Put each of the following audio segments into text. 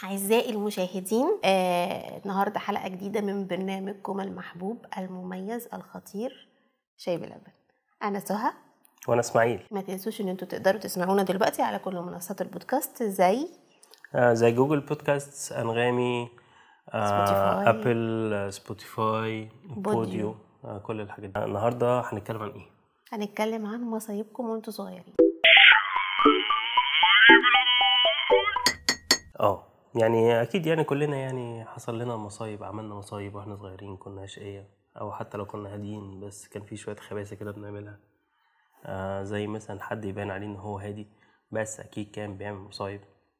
أعزائي المشاهدين، النهاردة حلقة جديدة من برنامجكم المحبوب المميز الخطير شاي بلبن. أنا سهى وانا اسماعيل. ما تنسوش ان انتوا تقدروا تسمعونا دلوقتي على كل منصات البودكاست زي جوجل بودكاست، انغامي، سبوتيفاي، ابل، سبوتيفاي، بوديو، كل الحاجات دي. النهارده هنتكلم عن ايه؟ هنتكلم عن مصايبكم وانتوا صغيرين. يعني اكيد يعني كلنا يعني حصل لنا مصايب، عملنا مصايب واحنا صغيرين، كنا اشقية او حتى لو كنا هاديين بس كان في شويه خباثه كده بنعملها. زي مثلا حد يبان عليه ان هو هادي بس اكيد كان بيعمل مصايب.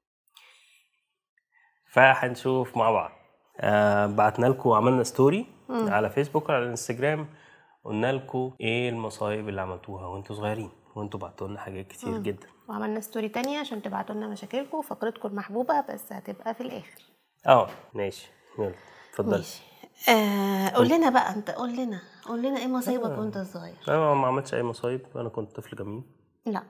فهنشوف مع بعض. بعتنا لكم وعملنا ستوري على فيسبوك وعلى الانستجرام، قلنا لكم ايه المصايب اللي عملتوها وانتوا صغيرين، وانتوا بعتوا لنا حاجات كتير جدا. وعملنا ستوري تانية عشان تبعتوا لنا مشاكلكم وفقرتكم المحبوبة، بس هتبقى في الاخر. ماشي، يلا اتفضل. ماشي. قول لنا بقى، انت قول لنا ايه مصايبك وانت صغير؟ انا ما عملتش اي مصايب، انا كنت طفل جميل. لا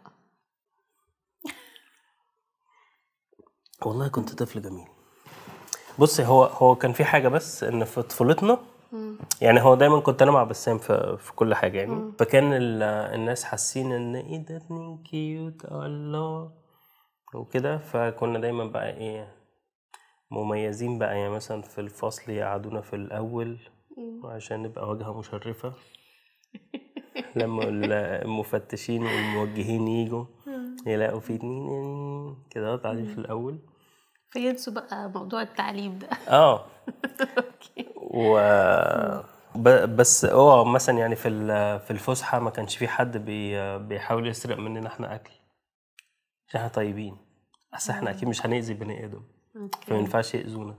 والله كنت طفل جميل. بصي، هو كان في حاجه، بس ان في طفولتنا يعني هو دايما كنت انا مع بسام في كل حاجه يعني. فكان الناس حاسين ان ايه ده اتنين كيوت الله وكده، فكنا دايما بقى ايه مميزين بقى. يعني مثلا في الفصل يقعدونا في الاول عشان نبقى واجهه مشرفه لما المفتشين والموجهين يجوا يلاقوا في اتنين كده قاعدين في الاول، فينسوا بقى موضوع التعليم ده. و بس مثلا يعني في الفسحه ما كانش في حد بيحاول يسرق مننا احنا اكل عشان احنا طيبين. اصل احنا اكيد مش هنأذي بني ادم، فما ينفعش يأذونا.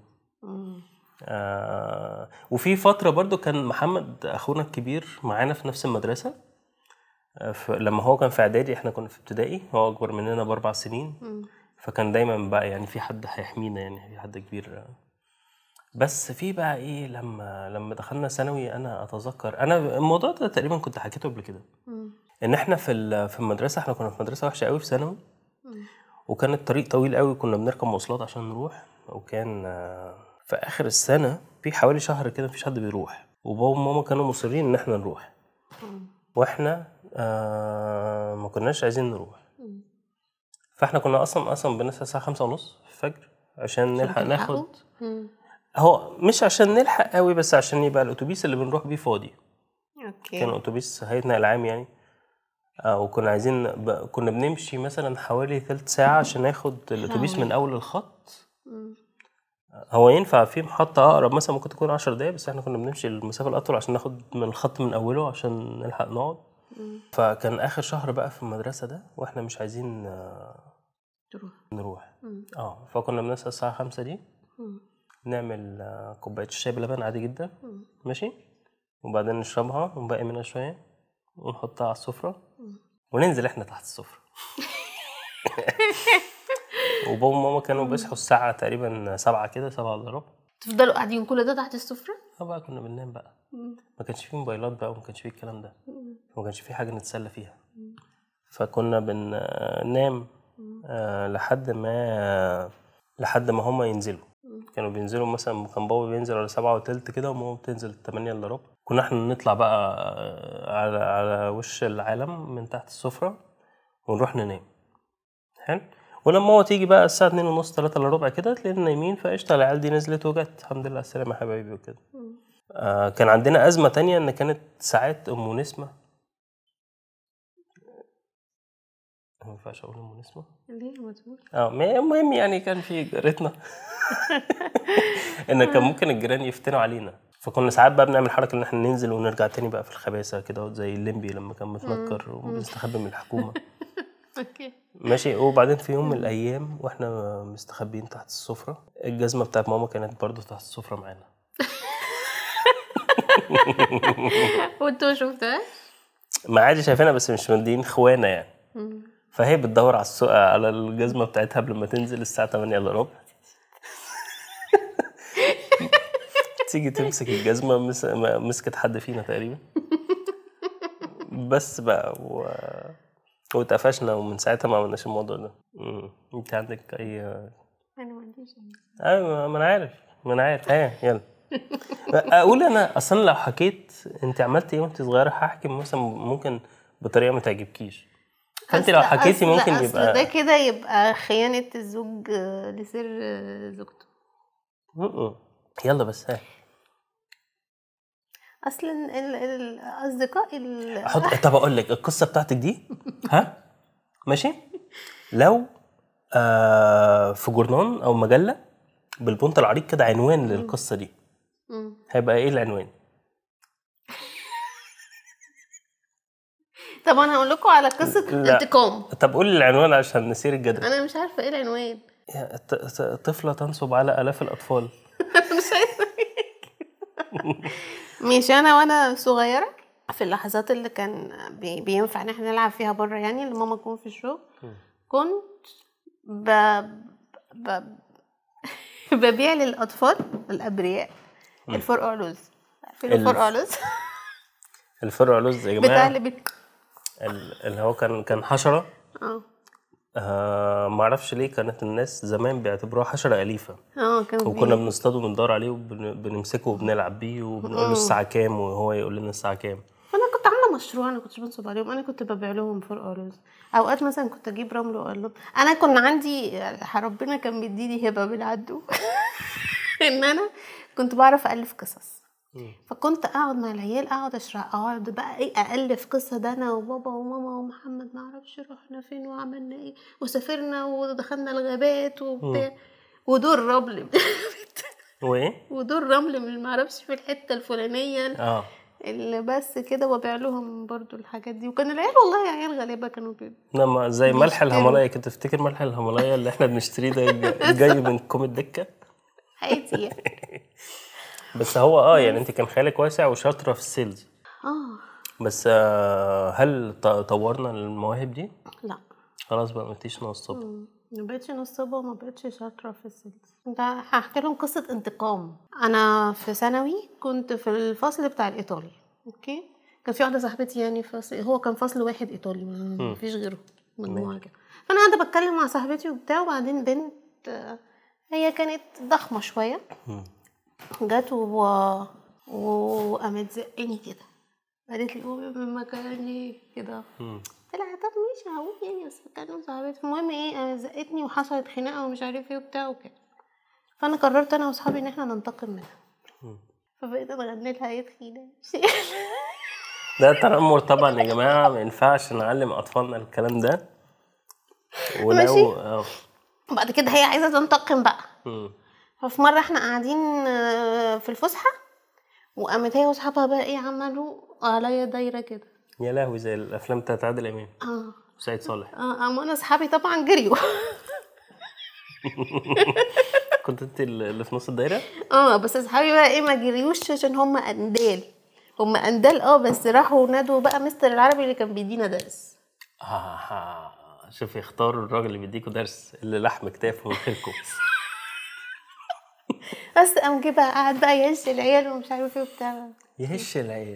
وفي فتره برضو كان محمد اخونا الكبير معانا في نفس المدرسه. لما هو كان في اعدادي احنا كنا في ابتدائي، هو اكبر مننا ب4 سنين. فكان دايما بقى يعني في حد هيحمينا، يعني في حد كبير. بس في بقى ايه لما دخلنا ثانوي، انا اتذكر انا الموضوع ده تقريبا كنت حكيته قبل كده، ان احنا في المدرسه، احنا كنا في مدرسه وحشه قوي في ثانوي، وكان الطريق طويل قوي، كنا بنركب مواصلات عشان نروح. وكان في اخر السنه في حوالي شهر كده مفيش حد بيروح، وبابا وماما كانوا مصرين ان احنا نروح، واحنا ما كناش عايزين نروح. فاحنا كنا اصلا بنصحى الساعه 5:30 الفجر عشان نلحق ناخد. هو مش عشان نلحق قوي، بس عشان يبقى الاتوبيس اللي بنروح بيه فاضي. كان اتوبيس هيئتنا العام يعني. وكنا عايزين كنا بنمشي مثلا حوالي 3 ساعة عشان ناخد الاتوبيس من اول الخط. هو ينفع في محطة اقرب مثلا ممكن تكون 10 دقايق، بس احنا كنا بنمشي المسافة الاطول عشان ناخد من الخط من اوله عشان نلحق نقعد. فكان اخر شهر بقى في المدرسة ده واحنا مش عايزين نروح. فكنا بنصحى الساعة 5 دي، نعمل كوباية الشاي بلبن عادي جدا، ماشي، وبعدين نشربها ونبقي منها شوية ونحطها على السفرة وننزل احنا تحت السفرة. وبابا وماما كانوا بيصحوا الساعة تقريبا 7 كده، 7:15. تفضلوا قاعدين كل ده تحت السفرة؟ بقى كنا بننام بقى، ما كانش فيه موبايلات بقى وما كانش فيه الكلام ده، وما كانش فيه حاجة نتسلى فيها. فكنا بننام لحد ما هما ينزلوا. كانوا بينزلوا مثلا، كان بابا بينزل على 7:15 كده، وماما بتنزل 8:15. كنا احنا نطلع بقى على وش العالم من تحت السفرة ونروح ننام. حلو. ولما هو تيجي بقى الساعة 2:30 3:15 كده تلاقينا نايمين، فقشطة العيال دي نزلت وجت الحمد لله على السلامة يا حبايبي وكده. كان عندنا أزمة تانية، إن كانت ساعات أم نسمة. ما ينفعش أقول أم نسمة ليه ما تقول؟ المهم يعني كان في جارتنا إن كان ممكن الجيران يفتنوا علينا، فكنا ساعات بقى بنعمل حركة إن احنا ننزل ونرجع تاني بقى في الخباثة كده، زي الليمبي لما كان متنكر وبنستخبي من الحكومة. ماشي. وبعدين في يوم من الايام واحنا مستخبيين تحت السفره، الجزمه بتاعت ماما كانت برضو تحت السفره معانا. وانتوا شفتها؟ ما عادي شايفينها، بس مش مدين خوانه يعني. فهي بتدور على الجزمه بتاعتها قبل ما تنزل الساعه 8:15. تيجي تمسك الجزمه، مسكت حد فينا تقريبا. بس بقى واتقفشنا، ومن ساعتها ما عملناش الموضوع ده. انت عندك اي؟ انا ما عنديش. ايوه ما انا عارف يلا. اقول انا اصلا لو حكيت انت عملتي ايه وانت صغيره هحكي مثلا ممكن بطريقه ما تعجبكيش، فانت لو حكيتي ممكن يبقى ده كده يبقى خيانه الزوج لسر زوجته. يلا بس اصلا الاصدقاء طب اقول لك القصه بتاعتك دي ماشي. لو في جورنان او مجله بالبنط العريض كده عنوان للقصه دي هيبقى ايه العنوان؟ طب انا هقول لكم على قصه انتقام. طب قولي العنوان عشان نسير الجدل. انا مش عارفه ايه العنوان. طفله تنصب على الاف الاطفال. مش عارفه. ماشي. وانا صغيره في اللحظات اللي كان بينفع ان احنا نلعب فيها بره، يعني اللي ماما تكون في الشغل، كنت ببيع للاطفال الابرياء الفرقع لوز. في الفرقع لوز. الفرقع لوز يا جماعه بتاع اللي هو كان حشره. ما اعرفش ليه كانت الناس زمان بيعتبروها حشره اليفه. وكنا بنصطاده وبندور عليه وبنمسكه وبنلعب بيه وبنقول له الساعه كام وهو يقول لنا الساعه كام. فانا كنت عامله مشروع، انا كنتش بنصب عليهم، انا كنت ببيع لهم فرقع لوز. اوقات مثلا كنت اجيب رمل واقول لهم انا كنا عندي ربنا كان بيديني هبه بالعدو ان انا كنت بعرف الف قصص. فكنت اقعد مع العيال اقعد اقعد بقى ايه الف قصه، ده انا وبابا وماما ومحمد ما اعرفش رحنا فين وعملنا ايه وسافرنا ودخلنا الغابات وبتاع ودور رمل وايه ودور رمل مش ما اعرفش في الحته الفلانيه اللي بس كده، وبيع لهم برضو الحاجات دي. وكان العيال والله عيال غالبا كانوا لما زي ملح الهيمالايا. كنت تفتكر ملح الهيمالايا اللي احنا بنشتريه ده جاي من كوم الدكه حياتي بس هو يعني انت كان خيالك واسع وشاطره في السيلز. بس هل طورنا المواهب دي؟ لا خلاص بقى ما بقيتيش نصابه. ما بقتش نصابه وما بقتش شاطره في السيلز. انت هحكي لهم قصه انتقام. انا في ثانوي كنت في الفصل بتاع الايطالي. اوكي. كان في واحده صاحبتي يعني فصل، هو كان فصل واحد ايطالي ما فيش غيره مجموعه كده. فانا قاعده بتكلم مع صاحبتي وبتاع، وبعدين بنت هي كانت ضخمه شويه جت وقامت زقني كده، قالت لي قومي من مكاني كده. طلعت طب ماشي هقوم يعني، بس كانوا صاحبتي. المهم ايه زقتني وحصلت خناقه ومش عارف ايه وبتاع وكده. فانا قررت انا واصحابي ان احنا ننتقم منها. فبقيت اغني لها يا تخينه. ده تنمر طبعا يا جماعه، ما ينفعش نعلم اطفالنا الكلام ده. ولو بعد كده هي عايزه تنتقم بقى. ففي مره احنا قاعدين في الفسحه، وقامت هي واصحابها بقى ايه عملوا عليا دايره كده. يا لهوي زي الافلام بتاعت عادل امام وسعيد صالح. انا اصحابي طبعا جريوا. كنت انت اللي في نص الدايره؟ بس اصحابي بقى ايه ما جريوش عشان هم اندال. بس راحوا نادوا بقى مستر العربي اللي كان بيدينا درس. شوفي اختاروا الراجل اللي بيديكوا درس اللي لحم كتافه من خيركم. بس قام جه بقى قاعد بقى يهش العيال ومش عارف ايه وبتاع. يهش العيال.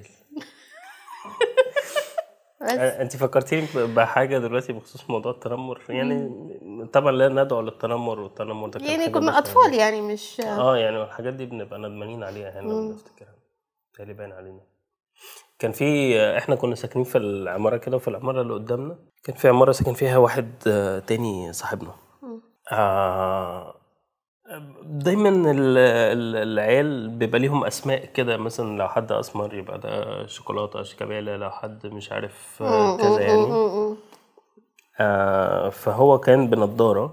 انت فكرتيني بحاجه دلوقتي بخصوص موضوع التنمر. يعني طبعا لا ندعو للتنمر، والتنمر ده يعني كنا اطفال يعني مش يعني الحاجات دي بنبقى ندمانين عليها يعني لما نفتكرها تقريبا علينا. كان في احنا كنا ساكنين في العماره كده، وفي العماره اللي قدامنا كان في عماره ساكن فيها واحد تاني صاحبنا. دايما العيال بيبقى ليهم اسماء كده، مثلا لو حد اسمر يبقى ده شوكولاته شيكابالا، لو حد مش عارف كذا يعني. فهو كان بنضاره.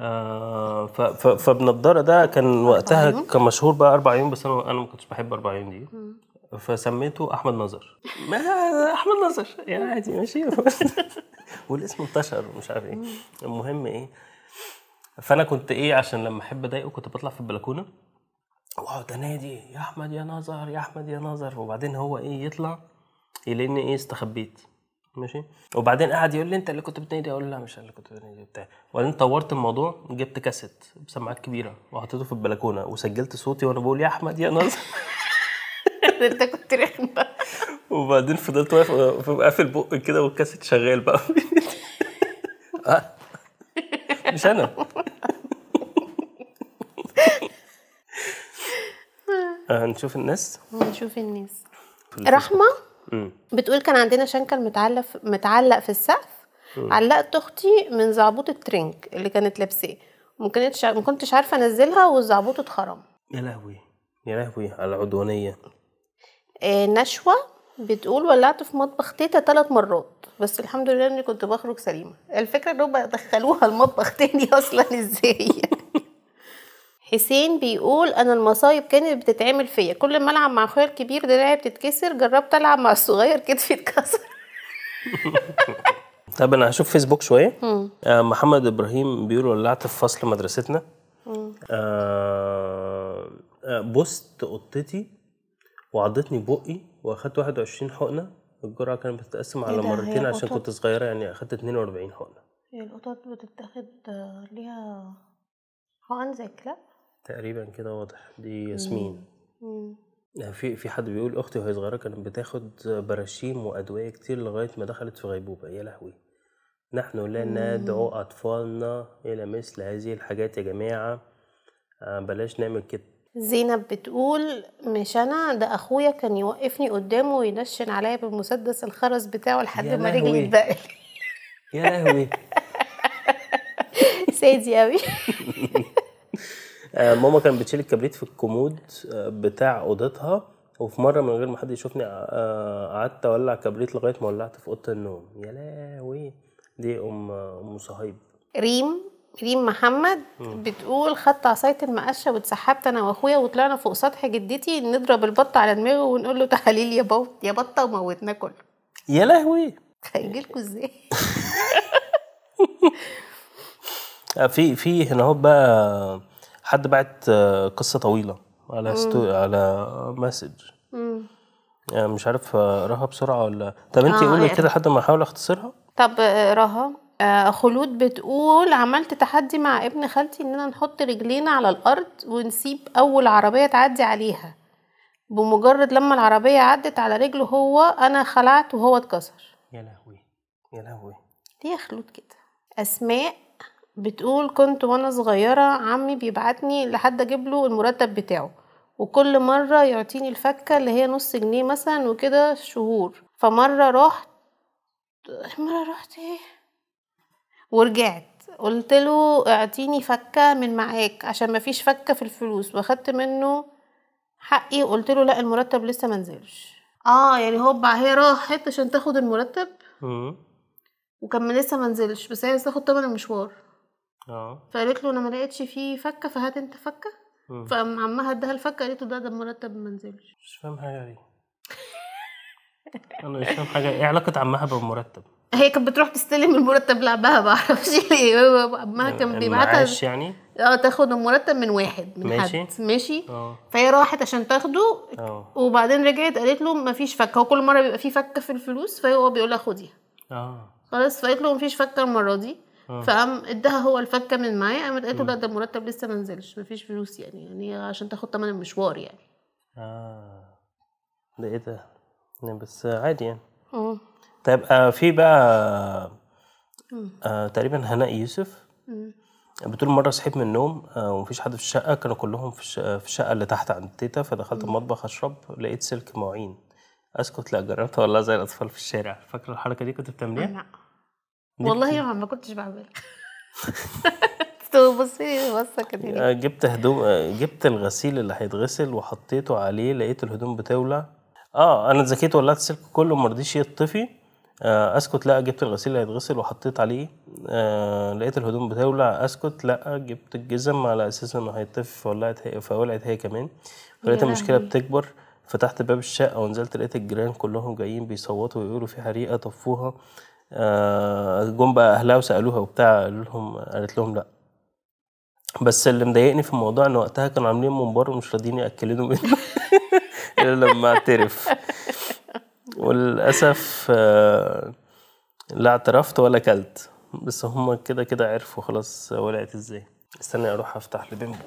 فبنضاره ده كان وقتها كان مشهور بقى 4 عيون، بس انا ما كنتش بحب 4 عيون دي، فسميته احمد نظر. احمد نظر يعني عادي ماشي. والاسم انتشر ومش عارف ايه. المهم ايه، فانا كنت ايه عشان لما احب اضايقه كنت بطلع في البلكونه واقعد انادي يا احمد يا نظر يا احمد يا نظر، وبعدين هو ايه يطلع يلاقيني ايه استخبيت ماشي. وبعدين قعد يقول لي انت اللي كنت بتنادي، اقول له لا مش انا اللي كنت بتنادي بتاع. وبعدين طورت الموضوع، جبت كاسيت بسماعات كبيره وحطيته في البلكونه وسجلت صوتي وانا بقول يا احمد يا نظر. انت كنت رخم بقى. وبعدين فضلت واقف قافل بقي كده والكاسيت شغال بقى. مش انا. نشوف الناس. نشوف الناس. رحمة بتقول كان عندنا شنكل متعلق في السقف. علقت اختي من زعبوط الترنج اللي كانت لابساه، ما كنتش عارفه انزلها والزعبوط اتخرم. يا لهوي يا لهوي على العدوانيه. نشوة بتقول ولعت في مطبخ تيتا 3 مرات بس الحمد لله اني كنت بخرج سليمه. الفكره انهم دخلوها المطبخ تاني اصلا ازاي؟ حسين بيقول انا المصايب كانت بتتعمل فيا، كل ما العب مع اخويا الكبير دراعي بتتكسر، جربت العب مع الصغير كتفي اتكسر. طب انا هشوف فيسبوك شويه. محمد ابراهيم بيقول ولعت في فصل مدرستنا. بوست قطتي وعضتني بقي واخدت 21 حقنه. الجرعه كانت بتتقسم على مرتين عشان كنت صغيره، يعني اخدت 42 حقنه. هي القطط بتتاخد ليها حقن زي الكلاب تقريبا كده واضح. دي ياسمين. في حد بيقول اختي وهي صغيره كانت بتاخد براشيم وادويه كتير لغايه ما دخلت في غيبوبه. يا لهوي. نحن لا ندعو اطفالنا الى مثل هذه الحاجات يا جماعه. بلاش نعمل كده. زينب بتقول مش انا ده اخويا كان يوقفني قدامه وينشن عليا بالمسدس الخرز بتاعه لحد ما رجلي تبقل. يا لهوي. سادي قوي. ماما كانت بتشيل الكبريت في الكومود بتاع اوضتها، وفي مره من غير ما حد يشوفني قعدت اولع كبريت لغايه ما ولعت في اوضه النوم. يا لهوي. دي ام صهيب. ريم محمد بتقول خدت عصايه المقشه واتسحبت انا واخويا وطلعنا فوق سطح جدتي نضرب البط على دماغه ونقول له تحاليل يا بطه وموتنا كله. يا لهوي. هيجيلكوا ازاي؟ في هنا اهو بقى حد بعت قصه طويله على مسج. يعني مش عارف اقراها بسرعه ولا. طب انت قولي كده لحد ما احاول اختصرها. طب اقراها. خلود بتقول عملت تحدي مع ابن خالتي اننا نحط رجلينا على الارض ونسيب اول عربيه تعدي عليها، بمجرد لما العربيه عدت على رجله هو انا خلعت وهو اتكسر. يا لهوي يا لهوي. ليه يا خلود كده؟ اسماء بتقول كنت وانا صغيره عمي بيبعتني لحد اجيب له المرتب بتاعه، وكل مره يعطيني الفكه اللي هي نص جنيه مثلا وكده شهور. فمره رحت ايه ورجعت قلت له اعطيني فكه من معاك عشان مفيش فكه في الفلوس، واخدت منه حقي وقلت له لا المرتب لسه منزلش. يعني هي راحت عشان تاخد المرتب وكان لسه منزلش، بس هي عايزه تاخد تمن المشوار. فقالت له انا ما لقيتش فيه فكه فهات انت فكه. فقام عمها اداها الفكه قالت له ده المرتب ما نزلش. مش فاهم حاجه دي. انا مش فاهم حاجه. ايه علاقه عمها بالمرتب؟ هي كانت بتروح تستلم المرتب لعبها ما اعرفش ليه. عمها كان بيبعتها يعني تاخد المرتب من واحد من حد ماشي. فهي راحت عشان تاخده. وبعدين رجعت قالت له ما فيش فكه، وكل مره بيبقى فيه فكه في الفلوس فهو بيقول لها خديها. خلاص فقالت له ما فيش فكه المره دي. فقام اداها هو الفكه من معاه. قامت قالت له لا ده المرتب لسه ما نزلش مفيش فلوس يعني عشان تاخد تمن المشوار يعني. ده ايه ده؟ بس عادي يعني. طيب في بقى تقريبا هناء يوسف بتقول مره صحيت من النوم ومفيش حد في الشقه، كانوا كلهم في الشقه اللي تحت عند تيتا، فدخلت المطبخ اشرب لقيت سلك مواعين. اسكت لا جربت والله زي الاطفال في الشارع. فاكره الحركه دي كنت بتعمليها؟ لا والله ما كنتش بعملها. بصي بصه كده. جبت الغسيل اللي هيتغسل وحطيته عليه لقيت الهدوم بتولع. انا اتذكيت ولعت السلك كله ما رضيش يطفي. اسكت لا جبت الغسيل اللي هيتغسل وحطيت عليه. لقيت الهدوم بتولع. اسكت لا جبت الجزم على اساس انه هيطفي فولعت هي كمان. فلقيت المشكله بتكبر. فتحت باب الشقه ونزلت لقيت الجيران كلهم جايين بيصوتوا ويقولوا في حريقه طفوها. جم بقى اهلها وسالوها وبتاع قالت لهم لا. بس اللي مضايقني في الموضوع ان وقتها كانوا عاملين منبر ومش راضيين ياكلوا منه الا لما اعترف. وللاسف لا اعترفت ولا اكلت، بس هم كده عرفوا خلاص ولعت ازاي. استنى اروح افتح لبيمبو.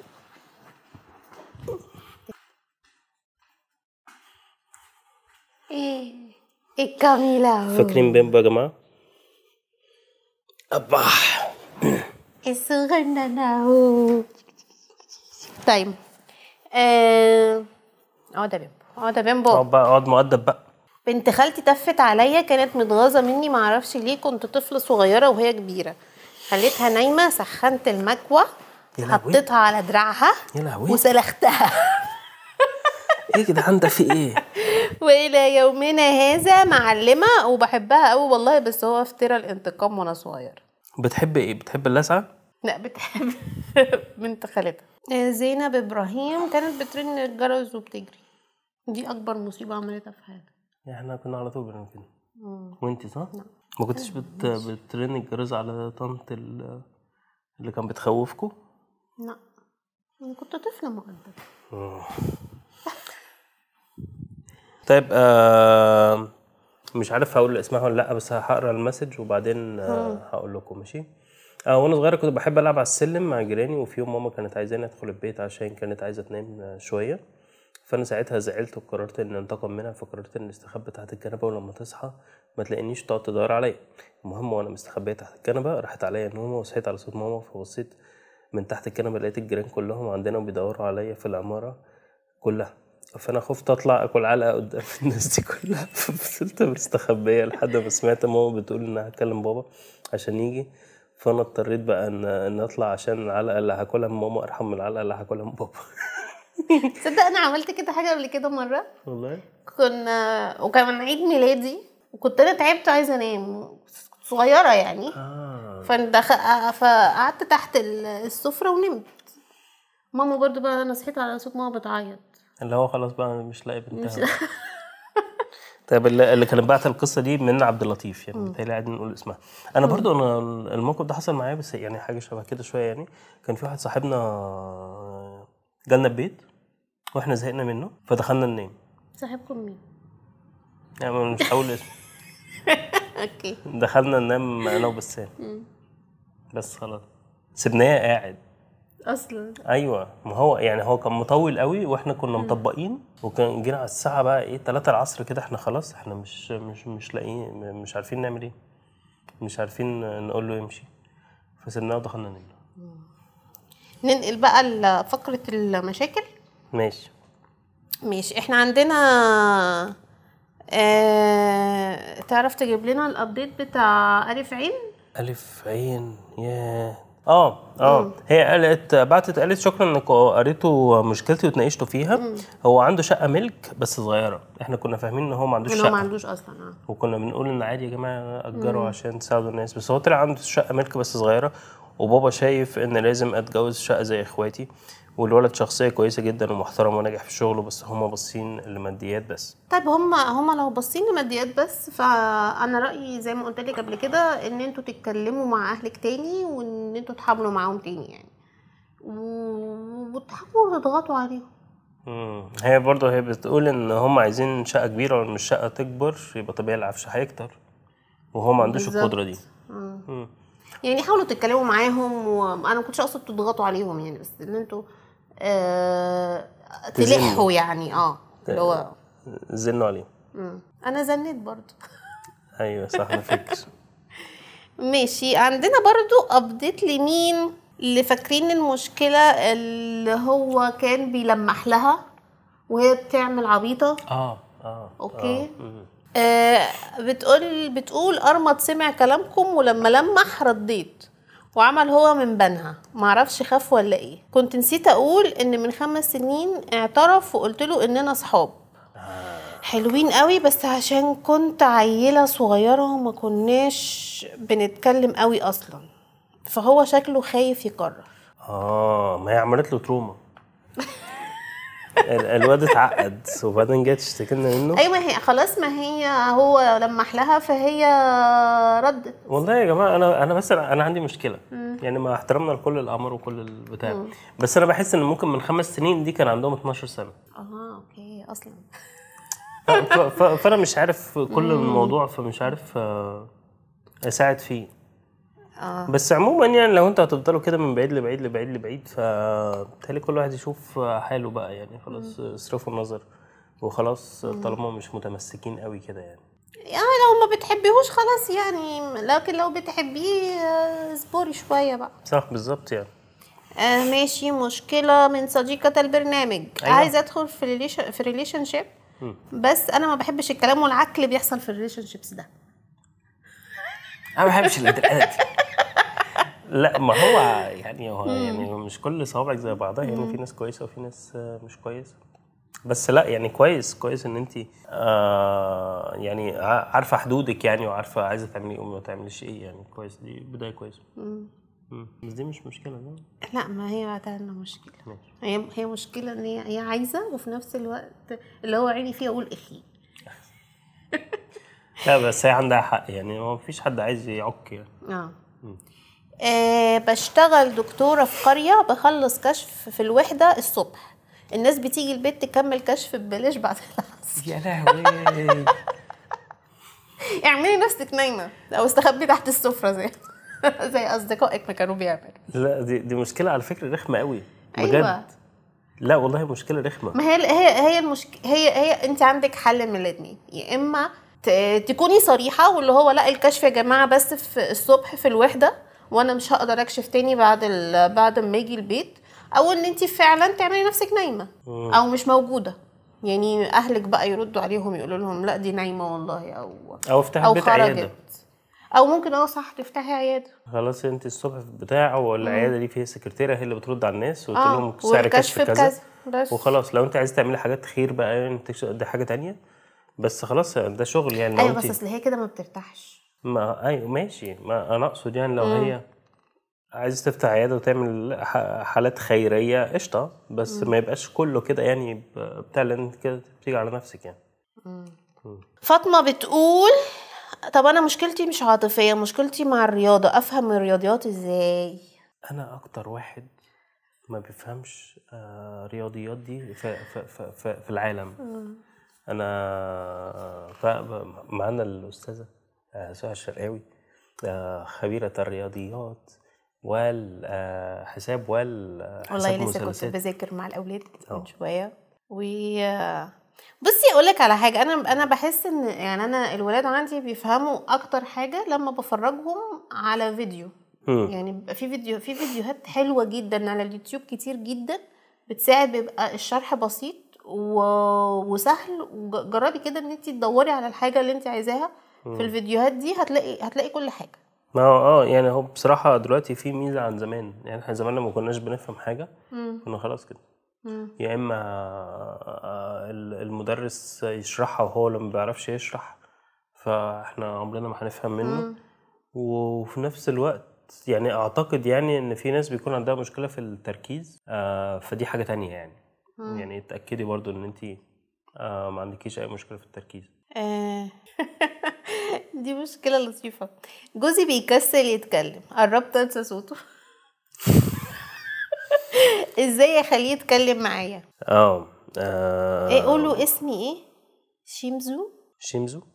ايه الجميله. فاكرين بيمبو يا جماعه؟ ابا الصغننه. طيب ده بيمبو ده بيمبو. اقعد مؤدب بقى. بنت خالتي تفت عليا، كانت متغاظه مني معرفش ليه، كنت طفله صغيره وهي كبيره، خليتها نايمه، سخنت المكوه، حطيتها على دراعها وسلختها. ايه كده عندك في ايه؟ والى يومنا هذا معلمه وبحبها قوي والله، بس هو افترى الانتقام وانا صغير. بتحب ايه؟ بتحب اللسعه؟ لا بتحب بنت خالتها زينب ابراهيم، كانت بترن الجرس وبتجري، دي اكبر مصيبه عملتها في حياتها. احنا كنا على طول بنعمل كده. وانتي صح؟ لا. ما كنتش بترن الجرس على طنط اللي كان بتخوفكوا؟ لا انا كنت طفله مؤدبه. طيب مش عارف هقول اسمها ولا لا، بس هقرا المسج وبعدين هقول لكم ماشي. وانا صغيره كنت بحب العب على السلم مع جيراني، وفي يوم ماما كانت عايزاني ادخل البيت عشان كانت عايزه تنام شويه، فانا ساعتها زعلت وقررت ان انتقم منها، فقررت ان استخبى تحت الكنبه ولما تصحى ما تلاقينيش تقعد تدور عليا. المهم وانا مستخبيه تحت الكنبه راحت عليا نومه وصحيت على صوت ماما، فبصيت من تحت الكنبه لقيت الجيران كلهم عندنا وبيدوروا عليا في العماره كلها، فانا خفت اطلع اكل علقه قدام الناس دي كلها، ففضلت مستخبيه لحد ما سمعت ماما بتقول انها هتكلم بابا عشان يجي، فانا اضطريت بقى ان اطلع عشان العلقه اللي هاكلها من ماما ارحم من العلقه اللي هاكلها من بابا. تصدق انا عملت كده حاجه قبل كده مره والله؟ كنا وكان عيد ميلادي وكنت انا تعبت عايزه انام، صغيره يعني. فقعدت تحت السفره ونمت. ماما برضو بقى انا صحيت على صوت ماما بتعيط، اللي هو خلاص بقى مش لاقي بنتها. طيب اللي كانت بعت القصه دي من عبد اللطيف، يعني بتهيألي قاعدين نقول اسمها. انا برضو انا الموقف ده حصل معايا، بس يعني حاجه شبه كده شويه. يعني كان في واحد صاحبنا جالنا البيت واحنا زهقنا منه فدخلنا ننام. صاحبكم مين؟ يعني مش هقول اسمه. اوكي. دخلنا ننام انا وبسام بس خلاص سيبناه قاعد اصلا. ايوه، ما هو يعني هو كان مطول قوي واحنا كنا مطبقين، وكان جينا على الساعه بقى ايه 3 العصر كده، احنا خلاص احنا مش لاقيين، مش عارفين نعمل ايه، مش عارفين نقول له يمشي، فسيبناه ودخلنا ننام. ننقل بقى لفقره المشاكل. ماشي. احنا عندنا تعرف تجيب لنا الابديت بتاع ألف عين؟ ياه هي قالت شكرا انك قريتوا مشكلتي وتناقشتوا فيها. هو عنده شقه ملك بس صغيره، احنا كنا فاهمين ان هو ما عندوش شقه، ما عندوش اصلا وكنا بنقول ان عادي يا جماعه اجروا عشان تساعدوا الناس، بس هو طلع عنده شقه ملك بس صغيره، وبابا شايف ان لازم اتجوز شقه زي اخواتي، والولد شخصيه كويسه جدا ومحترم وناجح في شغله، بس هما باصين لماديات بس. طيب هما لو باصين لماديات بس، فانا رايي زي ما قلت لك قبل كده ان انتوا تتكلموا مع اهلك تاني، وان انتوا تحاولوا معاهم تاني يعني، وتحاولوا تضغطوا عليهم. هي برضه هي بتقول ان هم عايزين شقه كبيره ومش شقه تكبر، يبقى طبيعي العفش هيكتر وهو ما عندوش القدره دي. يعني حاولوا تتكلموا معاهم، وانا ما كنتش اقصد تضغطوا عليهم يعني، بس ان انتوا تلحوا يعني اللي هو زنوا عليه. انا زنيت برضو. ايوه صح على فكره. ماشي. عندنا برضو ابديت لمين اللي فاكرين المشكله اللي هو كان بيلمح لها وهي بتعمل عبيطه. اوكي. بتقول ارمط سمع كلامكم ولما لمح رديت وعمل هو من بنها، معرفش خاف ولا ايه. كنت نسيت اقول ان من 5 سنين اعترف وقلت له اننا صحاب حلوين قوي، بس عشان كنت عيلة صغيرة وما كناش بنتكلم قوي اصلا، فهو شكله خايف يقرر. ما هي عملت له تروما. الواد اتعقد وبعدين جت تشتكلنا منه. ايوه، ما هي خلاص، ما هي هو لمح لها فهي ردت. والله يا جماعه انا بس انا عندي مشكله يعني، مع احترامنا لكل الامر وكل البتاع، بس انا بحس ان ممكن من 5 سنين دي كان عندهم 12 سنه. اوكي اصلا. فانا مش عارف كل الموضوع، فمش عارف اساعد فيه. بس عموما يعني لو انتوا هتفضلوا كده من بعيد لبعيد لبعيد لبعيد، فبالتالي كل واحد يشوف حاله بقى يعني، خلاص اصرفوا النظر وخلاص، طالما مش متمسكين قوي كده يعني لو ما بتحبيهوش خلاص يعني، لكن لو بتحبيه اصبري شويه بقى. صح بالظبط يعني. ماشي. مشكله من صديقه البرنامج. أيوة. عايزه ادخل في ريليشن شيب، بس انا ما بحبش الكلام والعك اللي بيحصل في الريليشن شيبس ده. انا ما بحبش الانتقادات. لا ما هو يعني مش كل صوابعك زي بعضها، يعني في ناس كويسه وفي ناس مش كويسه. بس لا يعني كويس ان انت يعني عارفه حدودك يعني، وعارفه عايزه تعملي ايه وما تعمليش ايه، يعني كويس، دي بدايه كويسه. بس دي مش مشكله ده. لا ما هي عندنا مشكله. ماشي. هي مشكله ان هي عايزه، وفي نفس الوقت اللي هو عيني فيها اقول اخي. لا بس هي عندها حق، يعني هو مفيش حد عايز يعك يعني. بشتغل دكتوره في قريه، بخلص كشف في الوحده الصبح، الناس بتيجي البيت تكمل كشف ببلاش بعد العصر. يا لهوي. اعملي نفسك نايمه او استخبي تحت السفره زي اصدقائك ما كانوا بيعملوا. لا دي مشكله على فكره رخمه قوي بجد. أيوة. لا والله مشكله رخمه. ما هي المشكله، هي انت عندك حل من الاثنين. يا اما تكوني صريحه واللي هو لا الكشف يا جماعه بس في الصبح في الوحده، وانا مش هقدر اكشف تاني بعد ما اجي البيت، او ان انت فعلا تعملي نفسك نايمه او مش موجوده، يعني اهلك بقى يردوا عليهم يقولوا لهم لا دي نايمه والله، او افتح البيت عياده، او ممكن صح تفتحي عياده. خلاص انت الصبح في البتاع، والعياده دي فيها سكرتيره هي اللي بترد على الناس وتقول لهم سعر كشف كذا بس. وخلاص. لو انت عايز تعملي حاجات خير بقى انت دي حاجه تانية، بس خلاص ده شغل يعني. لو ايوه بس اصل هي كده ما بترتاحش. ما ايوه ماشي، ما انا اقصد يعني لو هي عايز تفتح عياده وتعمل حالات خيريه قشطه، بس ما يبقاش كله كده يعني بتاع، لان انت كده بتيجي على نفسك يعني. فاطمه بتقول طب انا مشكلتي مش عاطفيه، مشكلتي مع الرياضه، افهم الرياضيات ازاي؟ انا اكتر واحد ما بيفهمش رياضيات دي في العالم. انا معانا الاستاذه سهى الشرقاوي خبيره الرياضيات والحساب والحساب والله المثلثات. لسه كنت بذاكر مع الاولاد من شويه. بصي اقول لك على حاجه، انا بحس ان يعني انا الولاد عندي بيفهموا اكتر حاجه لما بفرجهم على فيديو. يعني بيبقى في فيديوهات حلوه جدا على اليوتيوب كتير جدا بتساعد، بيبقى الشرح بسيط وسهل، وجربي كده ان انت تدوري على الحاجه اللي انت عايزاها في الفيديوهات دي، هتلاقي كل حاجه. ما هو يعني هو بصراحه دلوقتي في ميزه عن زمان، يعني احنا زمان لما كناش بنفهم حاجه كنا خلاص كده يا اما المدرس يشرحها وهو اللي ما بيعرفش يشرح، فاحنا عمرنا ما هنفهم منه. وفي نفس الوقت يعني اعتقد يعني ان في ناس بيكون عندها مشكله في التركيز، فدي حاجه تانية يعني. يعني اتاكدي برضو ان انت ما عندكيش اي مشكله في التركيز. دي مشكله لطيفه. جوزي بيكسل يتكلم، قربت انسى صوته. ازاي اخليه يتكلم معايا؟ ايه قولوا اسمي ايه؟ شيمزو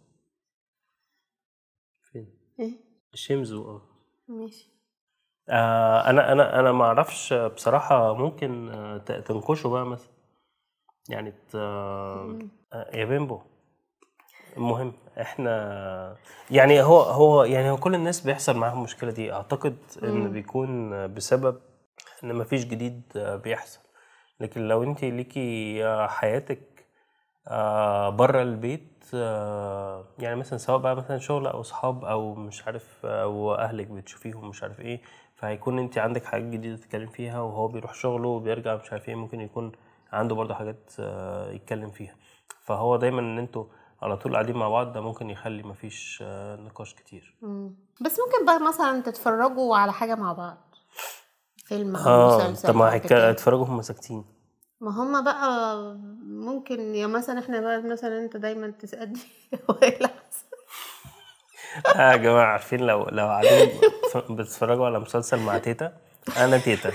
فين؟ ايه شيمزو ماشي. انا ما اعرفش بصراحه. ممكن تنكشه بقى مثلا يعني يا بيمبو. المهم احنا يعني هو كل الناس بيحصل معاهم المشكله دي. اعتقد ان بيكون بسبب ان مفيش جديد بيحصل. لكن لو انت ليكي حياتك بره البيت، يعني مثلا سواء بقى مثلا شغل او اصحاب او مش عارف او اهلك بتشوفيهم مش عارف ايه، فهيكون انت عندك حاجات جديده تتكلم فيها، وهو بيروح شغله وبيرجع مش عارف ايه، ممكن يكون عنده برضه حاجات يتكلم فيها. فهو دايما ان انتوا على طول قاعدين مع بعض ده ممكن يخلي مفيش نقاش كتير. بس ممكن بقى مثلا تتفرجوا على حاجه مع بعض، فيلم او مسلسل. طب ما هيتفرجوا هم ساكتين. ما هم بقى ممكن يا مثلا احنا بقى مثلا انت دايما تسألني وإيه يا جماعه عارفين لو قاعدين بتتفرجوا على مسلسل مع تيتا، انا تيتا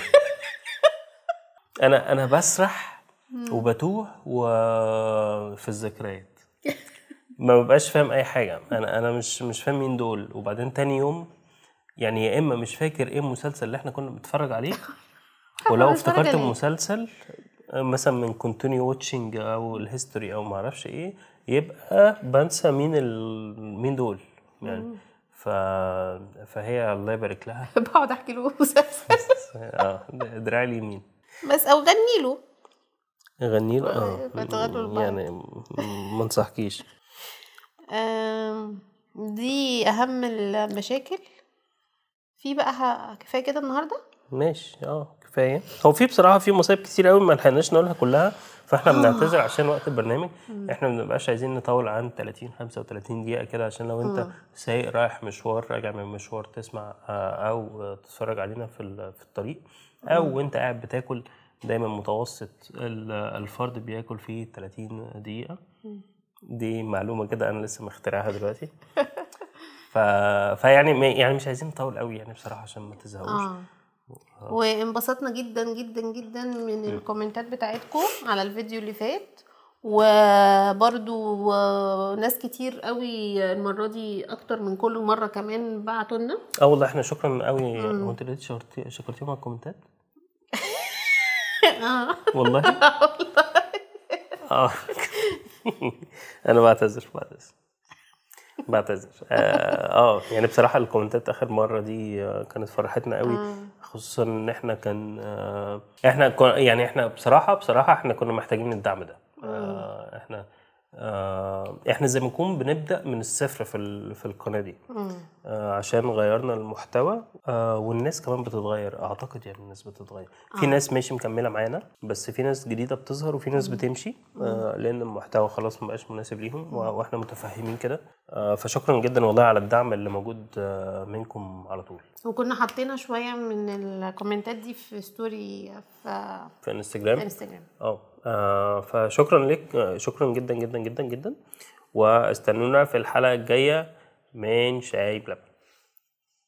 انا بسرح وبتوه وفي الذكريات ما ببقاش فاهم اي حاجه. انا مش فاهم مين دول. وبعدين تاني يوم يعني يا اما مش فاكر ايه المسلسل اللي احنا كنا بنتفرج عليه، ولو افتكرت المسلسل مثلا من كونتينيو واتشنج او الهيستوري او ما اعرفش ايه، يبقى بنسى مين دول يعني. فهي الله يبارك لها. بقعد احكي له مسلسل دراعي اليمين. بس او غني له. غني له فتغنوا لبعض. يعني ما انصحكيش. دي اهم المشاكل. في بقى كفايه كده النهارده. ماشي كفايه. هو في بصراحه في مصايب كتير قوي ما لحقناش نقولها كلها، فاحنا بنعتذر عشان وقت البرنامج. احنا ما بنبقاش عايزين نطول عن 30 35 دقيقه كده، عشان لو انت سايق رايح مشوار راجع من مشوار تسمع او تتفرج علينا في الطريق، او وانت قاعد بتاكل. دايما متوسط الفرد بياكل فيه 30 دقيقه. دي معلومه كده انا لسه مخترعها دلوقتي. فيعني مش عايزين نطول قوي يعني بصراحه عشان ما تزهقوش. وانبسطنا جدا جدا جدا من الكومنتات بتاعتكم على الفيديو اللي فات، وبرضو ناس كتير قوي المره دي اكتر من كل مره كمان بعتوا لنا. والله احنا شكرا قوي. هو انت لقيت شكرتيهم على الكومنتات؟ والله انا بعتذر يعني بصراحه الكومنتات اخر مره دي كانت فرحتنا قوي. خصوصا ان احنا احنا بصراحه احنا كنا محتاجين الدعم ده. احنا زي ما نكون بنبدا من الصفر في القناه دي. عشان غيرنا المحتوى والناس كمان بتتغير. اعتقد يعني الناس بتتغير. في ناس ماشي مكمله معانا، بس في ناس جديده بتظهر وفي ناس بتمشي لان المحتوى خلاص ما بقاش مناسب ليهم، واحنا متفاهمين كده. فشكرا جدا والله على الدعم اللي موجود منكم على طول. وكنا حاطينا شويه من الكومنتات دي في ستوري في انستجرام. فشكرا لك، شكرا جدا جدا جدا جدا. واستنونا في الحلقه الجايه من شاي بلبن.